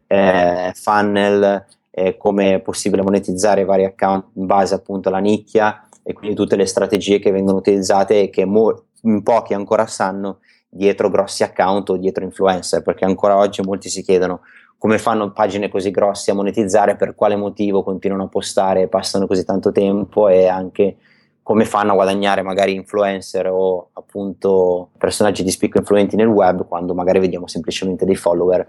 funnel, come è possibile monetizzare i vari account in base appunto alla nicchia, e quindi tutte le strategie che vengono utilizzate e che in pochi ancora sanno dietro grossi account o dietro influencer, perché ancora oggi molti si chiedono come fanno pagine così grosse a monetizzare, per quale motivo continuano a postare e passano così tanto tempo, e anche come fanno a guadagnare magari influencer o appunto personaggi di spicco influenti nel web, quando magari vediamo semplicemente dei follower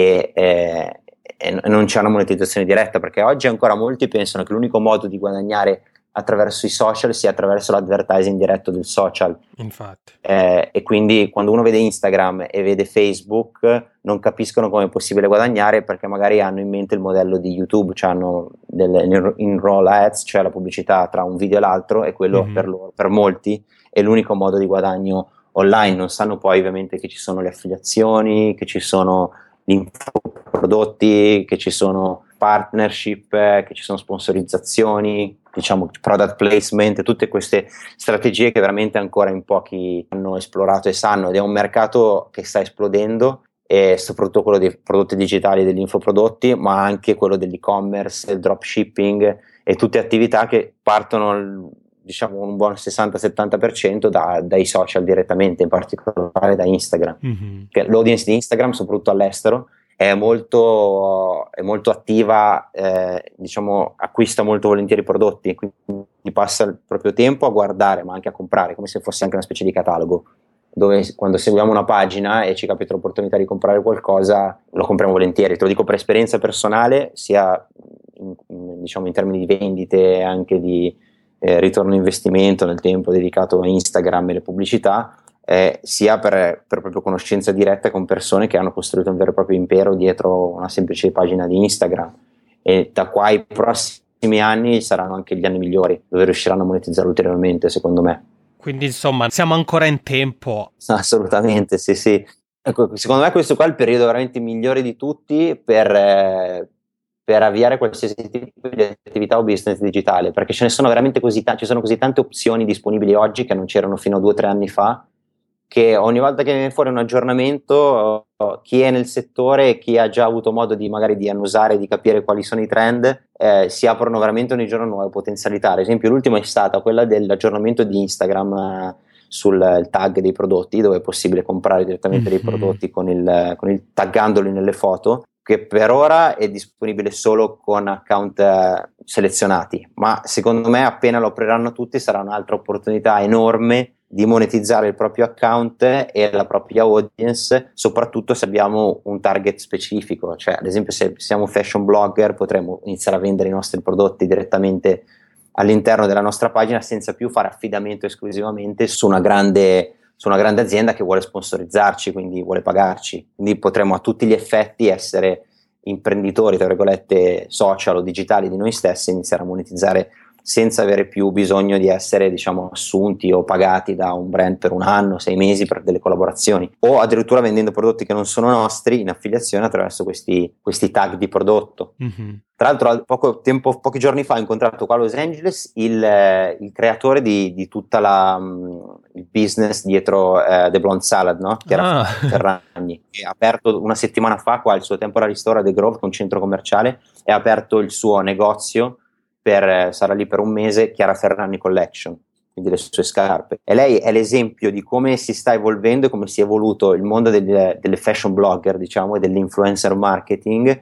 e non c'è una monetizzazione diretta, perché oggi ancora molti pensano che l'unico modo di guadagnare attraverso i social sia attraverso l'advertising diretto del social. Infatti. E quindi quando uno vede Instagram e vede Facebook non capiscono come è possibile guadagnare, perché magari hanno in mente il modello di YouTube, cioè hanno delle in-roll ads, cioè la pubblicità tra un video e l'altro, e quello per molti è l'unico modo di guadagno online. Non sanno poi ovviamente che ci sono le affiliazioni, che ci sono gli infoprodotti, che ci sono partnership, che ci sono sponsorizzazioni, diciamo product placement, tutte queste strategie che veramente ancora in pochi hanno esplorato e sanno, ed è un mercato che sta esplodendo, e soprattutto quello dei prodotti digitali e degli infoprodotti, ma anche quello dell'e-commerce, il dropshipping e tutte attività che partono diciamo un buon 60-70% dai social direttamente, in particolare da Instagram. Che l'audience di Instagram, soprattutto all'estero, è molto attiva, diciamo acquista molto volentieri i prodotti, quindi passa il proprio tempo a guardare ma anche a comprare, come se fosse anche una specie di catalogo, dove quando seguiamo una pagina e ci capita l'opportunità di comprare qualcosa lo compriamo volentieri. Te lo dico per esperienza personale, sia diciamo in termini di vendite, anche di ritorno investimento nel tempo dedicato a Instagram e le pubblicità, sia per proprio conoscenza diretta con persone che hanno costruito un vero e proprio impero dietro una semplice pagina di Instagram. E da qua ai prossimi anni saranno anche gli anni migliori, dove riusciranno a monetizzare ulteriormente, secondo me. Quindi insomma siamo ancora in tempo. Assolutamente, sì. Ecco, secondo me questo qua è il periodo veramente migliore di tutti per avviare qualsiasi tipo di attività o business digitale, perché ce ne sono veramente ci sono così tante opzioni disponibili oggi che non c'erano fino a 2 o 3 anni fa, che ogni volta che viene fuori un aggiornamento, chi è nel settore e chi ha già avuto modo di magari di annusare, di capire quali sono i trend, si aprono veramente ogni giorno nuove potenzialità. Ad esempio l'ultima è stata quella dell'aggiornamento di Instagram sul tag dei prodotti, dove è possibile comprare direttamente dei prodotti con il taggandoli nelle foto, che per ora è disponibile solo con account selezionati, ma secondo me appena lo apriranno tutti sarà un'altra opportunità enorme di monetizzare il proprio account e la propria audience, soprattutto se abbiamo un target specifico. Cioè, ad esempio, se siamo fashion blogger, potremmo iniziare a vendere i nostri prodotti direttamente all'interno della nostra pagina, senza più fare affidamento esclusivamente su una grande azienda che vuole sponsorizzarci, quindi vuole pagarci. Quindi potremmo a tutti gli effetti essere imprenditori, tra virgolette, social o digitali di noi stessi, e iniziare a monetizzare senza avere più bisogno di essere, diciamo, assunti o pagati da un brand per 1 anno, 6 mesi per delle collaborazioni, o addirittura vendendo prodotti che non sono nostri in affiliazione attraverso questi tag di prodotto. Tra l'altro pochi giorni fa ho incontrato qua a Los Angeles il creatore di tutta il business dietro The Blonde Salad, no? Chiara Ferragni, che ha aperto una settimana fa qua il suo temporary store a The Grove, che è un centro commerciale, e ha aperto il suo negozio sarà lì per 1 mese, Chiara Ferragni Collection, quindi le sue scarpe. E lei è l'esempio di come si sta evolvendo e come si è evoluto il mondo delle fashion blogger, diciamo, e dell'influencer marketing,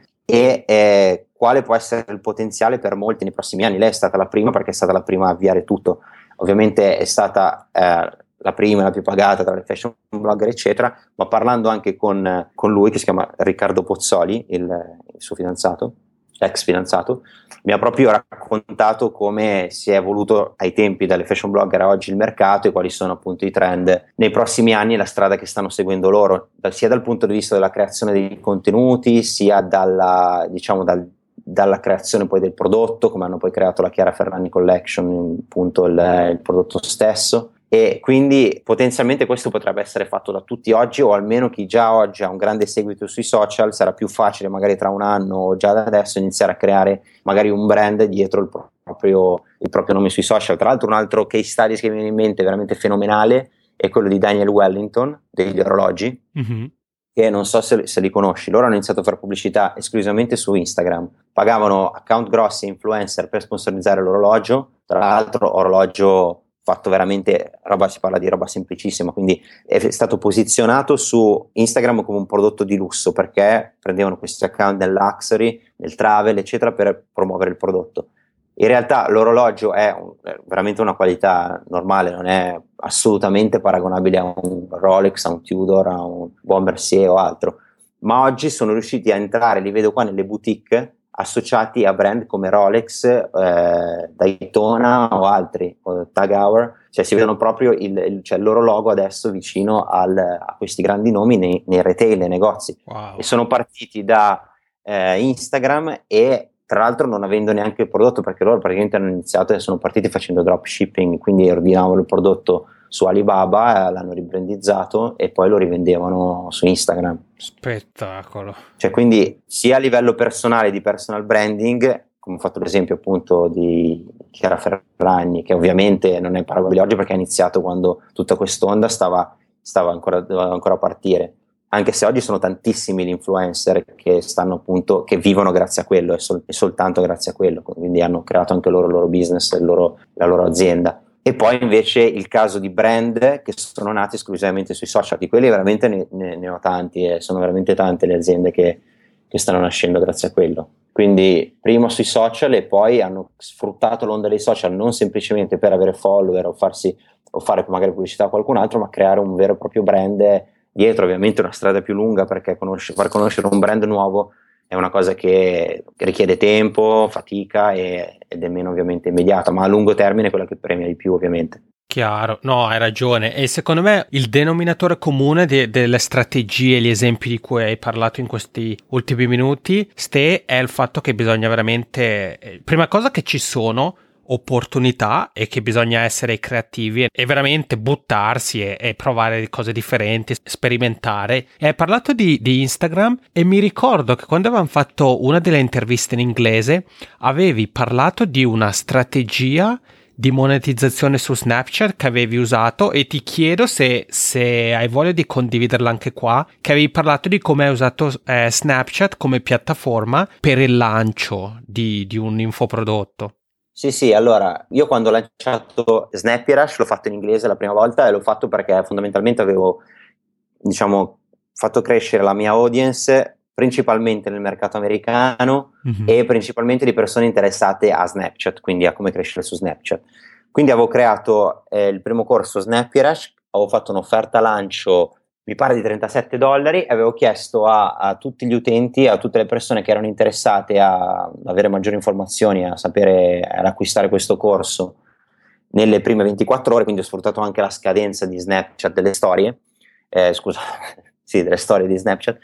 e quale può essere il potenziale per molti nei prossimi anni. Lei è stata la prima, perché è stata la prima a avviare tutto. Ovviamente è stata la prima, la più pagata tra le fashion blogger, eccetera, ma parlando anche con lui, che si chiama Riccardo Pozzoli, il suo fidanzato, ex fidanzato, mi ha proprio raccontato come si è evoluto ai tempi dalle fashion blogger a oggi il mercato, e quali sono appunto i trend nei prossimi anni e la strada che stanno seguendo loro, sia dal punto di vista della creazione dei contenuti, sia dalla creazione poi del prodotto, come hanno poi creato la Chiara Ferragni Collection, appunto il prodotto stesso, E quindi potenzialmente questo potrebbe essere fatto da tutti oggi, o almeno chi già oggi ha un grande seguito sui social, sarà più facile magari tra un anno o già da adesso iniziare a creare magari un brand dietro il proprio nome sui social. Tra l'altro un altro case study che mi viene in mente veramente fenomenale è quello di Daniel Wellington degli orologi, che non so se li conosci. Loro hanno iniziato a fare pubblicità esclusivamente su Instagram, pagavano account grossi e influencer per sponsorizzare l'orologio, tra l'altro orologio fatto veramente si parla di roba semplicissima, quindi è stato posizionato su Instagram come un prodotto di lusso, perché prendevano questi account del luxury, del travel eccetera per promuovere il prodotto. In realtà l'orologio è veramente una qualità normale, non è assolutamente paragonabile a un Rolex, a un Tudor, a un Bon Mercier o altro, ma oggi sono riusciti a entrare, li vedo qua nelle boutique, associati a brand come Rolex, Daytona o altri, o Tag Heuer, cioè si vedono proprio cioè il loro logo adesso vicino a questi grandi nomi nei retail, nei negozi. Wow. E sono partiti da Instagram, e tra l'altro non avendo neanche il prodotto, perché loro praticamente hanno iniziato e sono partiti facendo dropshipping, quindi ordinavano il prodotto su Alibaba, l'hanno ribrandizzato e poi lo rivendevano su Instagram. Spettacolo. Cioè, quindi sia a livello personale di personal branding, come ho fatto l'esempio appunto di Chiara Ferragni, che ovviamente non è paragonabile oggi perché ha iniziato quando tutta quest'onda doveva ancora partire, anche se oggi sono tantissimi gli influencer che stanno appunto, che vivono grazie a quello e soltanto grazie a quello, quindi hanno creato anche loro il loro business, la loro azienda. E poi invece il caso di brand che sono nati esclusivamente sui social, di quelli veramente ne ho tanti, e sono veramente tante le aziende che stanno nascendo grazie a quello. Quindi prima sui social, e poi hanno sfruttato l'onda dei social non semplicemente per avere follower o fare magari pubblicità a qualcun altro, ma creare un vero e proprio brand dietro. Ovviamente una strada più lunga, perché far conoscere un brand nuovo è una cosa che richiede tempo, fatica ed è meno ovviamente immediata, ma a lungo termine è quella che premia di più ovviamente. Chiaro, no, hai ragione. E secondo me il denominatore comune delle strategie, gli esempi di cui hai parlato in questi ultimi minuti, Ste, è il fatto che bisogna veramente, prima cosa, che ci sono opportunità e che bisogna essere creativi e veramente buttarsi e provare cose differenti, sperimentare. E hai parlato di Instagram, e mi ricordo che quando avevamo fatto una delle interviste in inglese avevi parlato di una strategia di monetizzazione su Snapchat che avevi usato, e ti chiedo se hai voglia di condividerla anche qua, che avevi parlato di come hai usato Snapchat come piattaforma per il lancio di un infoprodotto. Sì, allora io quando ho lanciato Snappyrush l'ho fatto in inglese la prima volta, e l'ho fatto perché fondamentalmente avevo, diciamo, fatto crescere la mia audience principalmente nel mercato americano e principalmente di persone interessate a Snapchat, quindi a come crescere su Snapchat. Quindi avevo creato il primo corso Snappyrush, avevo fatto un'offerta lancio mi pare di $37, e avevo chiesto a tutti gli utenti, a tutte le persone che erano interessate a avere maggiori informazioni, a sapere, ad acquistare questo corso nelle prime 24 ore, quindi ho sfruttato anche la scadenza di Snapchat delle storie, sì, delle storie di Snapchat,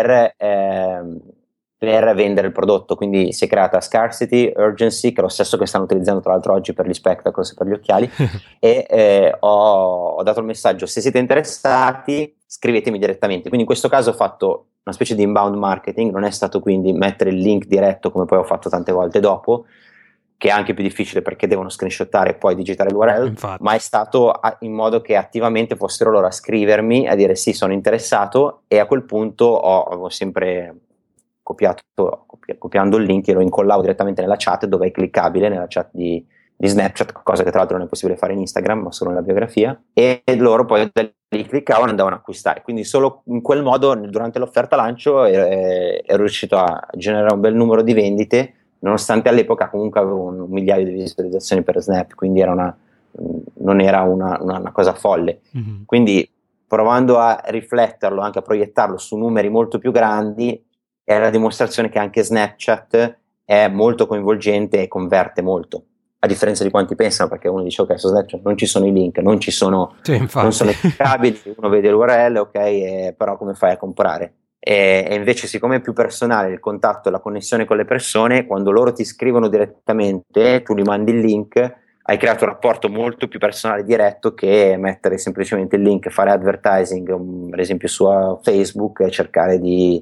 per vendere il prodotto. Quindi si è creata scarcity, urgency, che è lo stesso che stanno utilizzando tra l'altro oggi per gli spectacles e per gli occhiali, e ho dato il messaggio: se siete interessati scrivetemi direttamente. Quindi in questo caso ho fatto una specie di inbound marketing, non è stato quindi mettere il link diretto come poi ho fatto tante volte dopo, che è anche più difficile perché devono screenshottare e poi digitare l'URL. Infatti. Ma è stato in modo che attivamente fossero loro a scrivermi, a dire sì, sono interessato, e a quel punto avevo sempre copiando il link, lo incollavo direttamente nella chat, dove è cliccabile, nella chat di Snapchat, cosa che tra l'altro non è possibile fare in Instagram, ma solo nella biografia, e loro poi da lì cliccavano e andavano a acquistare. Quindi solo in quel modo, durante l'offerta lancio, ero riuscito a generare un bel numero di vendite, nonostante all'epoca comunque avevo 1 migliaio di visualizzazioni per Snap, quindi non era una cosa folle. Quindi provando a rifletterlo, anche a proiettarlo su numeri molto più grandi, è la dimostrazione che anche Snapchat è molto coinvolgente e converte molto, a differenza di quanti pensano, perché uno dice ok, su Snapchat non ci sono i link, non sono cliccabili, uno vede l'URL, ok, però come fai a comprare? E invece, siccome è più personale il contatto e la connessione con le persone, quando loro ti scrivono direttamente, tu gli mandi il link, hai creato un rapporto molto più personale e diretto che mettere semplicemente il link, fare advertising, ad esempio su Facebook, e cercare di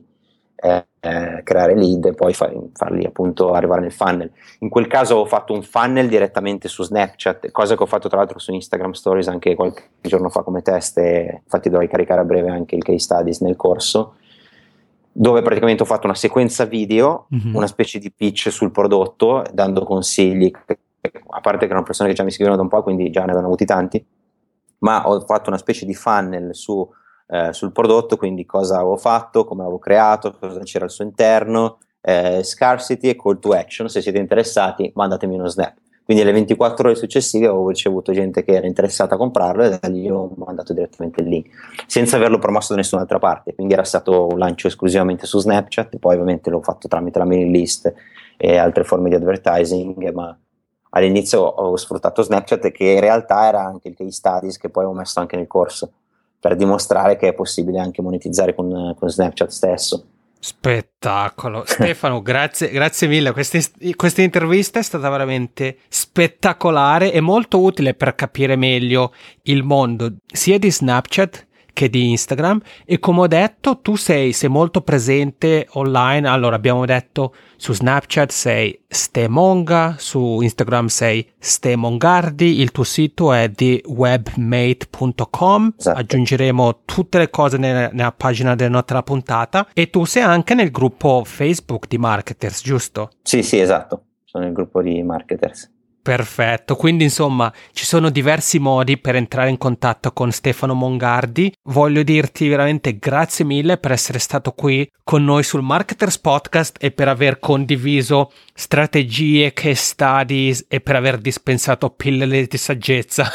creare lead e poi farli appunto arrivare nel funnel. In quel caso ho fatto un funnel direttamente su Snapchat, cosa che ho fatto tra l'altro su Instagram Stories anche qualche giorno fa come test, e infatti dovrei caricare a breve anche il case studies nel corso, dove praticamente ho fatto una sequenza video, una specie di pitch sul prodotto, dando consigli, a parte che erano persone che già mi seguivano da un po', quindi già ne avevano avuti tanti, ma ho fatto una specie di funnel sul prodotto, quindi cosa avevo fatto, come l'avevo creato, cosa c'era al suo interno, scarcity e call to action. Se siete interessati, mandatemi uno snap. Quindi alle 24 ore successive avevo ricevuto gente che era interessata a comprarlo, e da lì ho mandato direttamente il link senza averlo promosso da nessun'altra parte. Quindi era stato un lancio esclusivamente su Snapchat, e poi ovviamente l'ho fatto tramite la mailing list e altre forme di advertising, ma all'inizio ho sfruttato Snapchat, che in realtà era anche il case studies che poi ho messo anche nel corso, per dimostrare che è possibile anche monetizzare con Snapchat stesso. Spettacolo. Stefano, grazie mille. Questa intervista è stata veramente spettacolare e molto utile per capire meglio il mondo sia di Snapchat che di Instagram. E come ho detto, tu sei molto presente online. Allora, abbiamo detto su Snapchat sei Stemonga, su Instagram sei Stemongardi, il tuo sito è thewebmate.com. Esatto. Aggiungeremo tutte le cose nella pagina delle note della puntata. E tu sei anche nel gruppo Facebook di Marketers, giusto? Sì, esatto, sono nel gruppo di Marketers. Perfetto, quindi insomma ci sono diversi modi per entrare in contatto con Stefano Mongardi. Voglio dirti veramente grazie mille per essere stato qui con noi sul Marketers Podcast e per aver condiviso strategie, case studies e per aver dispensato pillole di saggezza.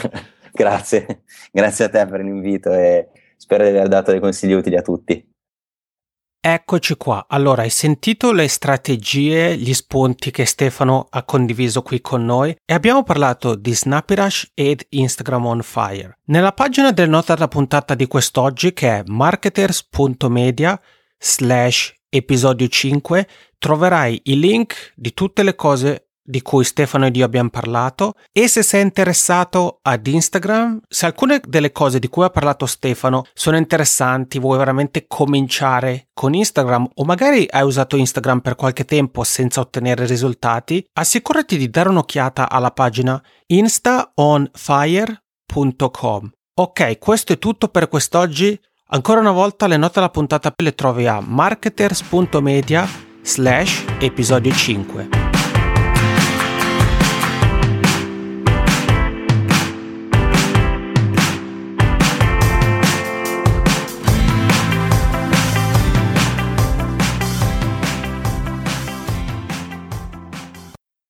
Grazie a te per l'invito e spero di aver dato dei consigli utili a tutti. Eccoci qua. Allora, hai sentito le strategie, gli spunti che Stefano ha condiviso qui con noi e abbiamo parlato di SnappyRush ed Instagram on Fire. Nella pagina del nota della puntata di quest'oggi, che è marketers.media/episodio 5, troverai i link di tutte le cose di cui Stefano ed io abbiamo parlato, e se sei interessato ad Instagram, se alcune delle cose di cui ha parlato Stefano sono interessanti, vuoi veramente cominciare con Instagram o magari hai usato Instagram per qualche tempo senza ottenere risultati, assicurati di dare un'occhiata alla pagina instaonfire.com. Ok, questo è tutto per quest'oggi. Ancora una volta le note della puntata le trovi a marketers.media/episodio 5.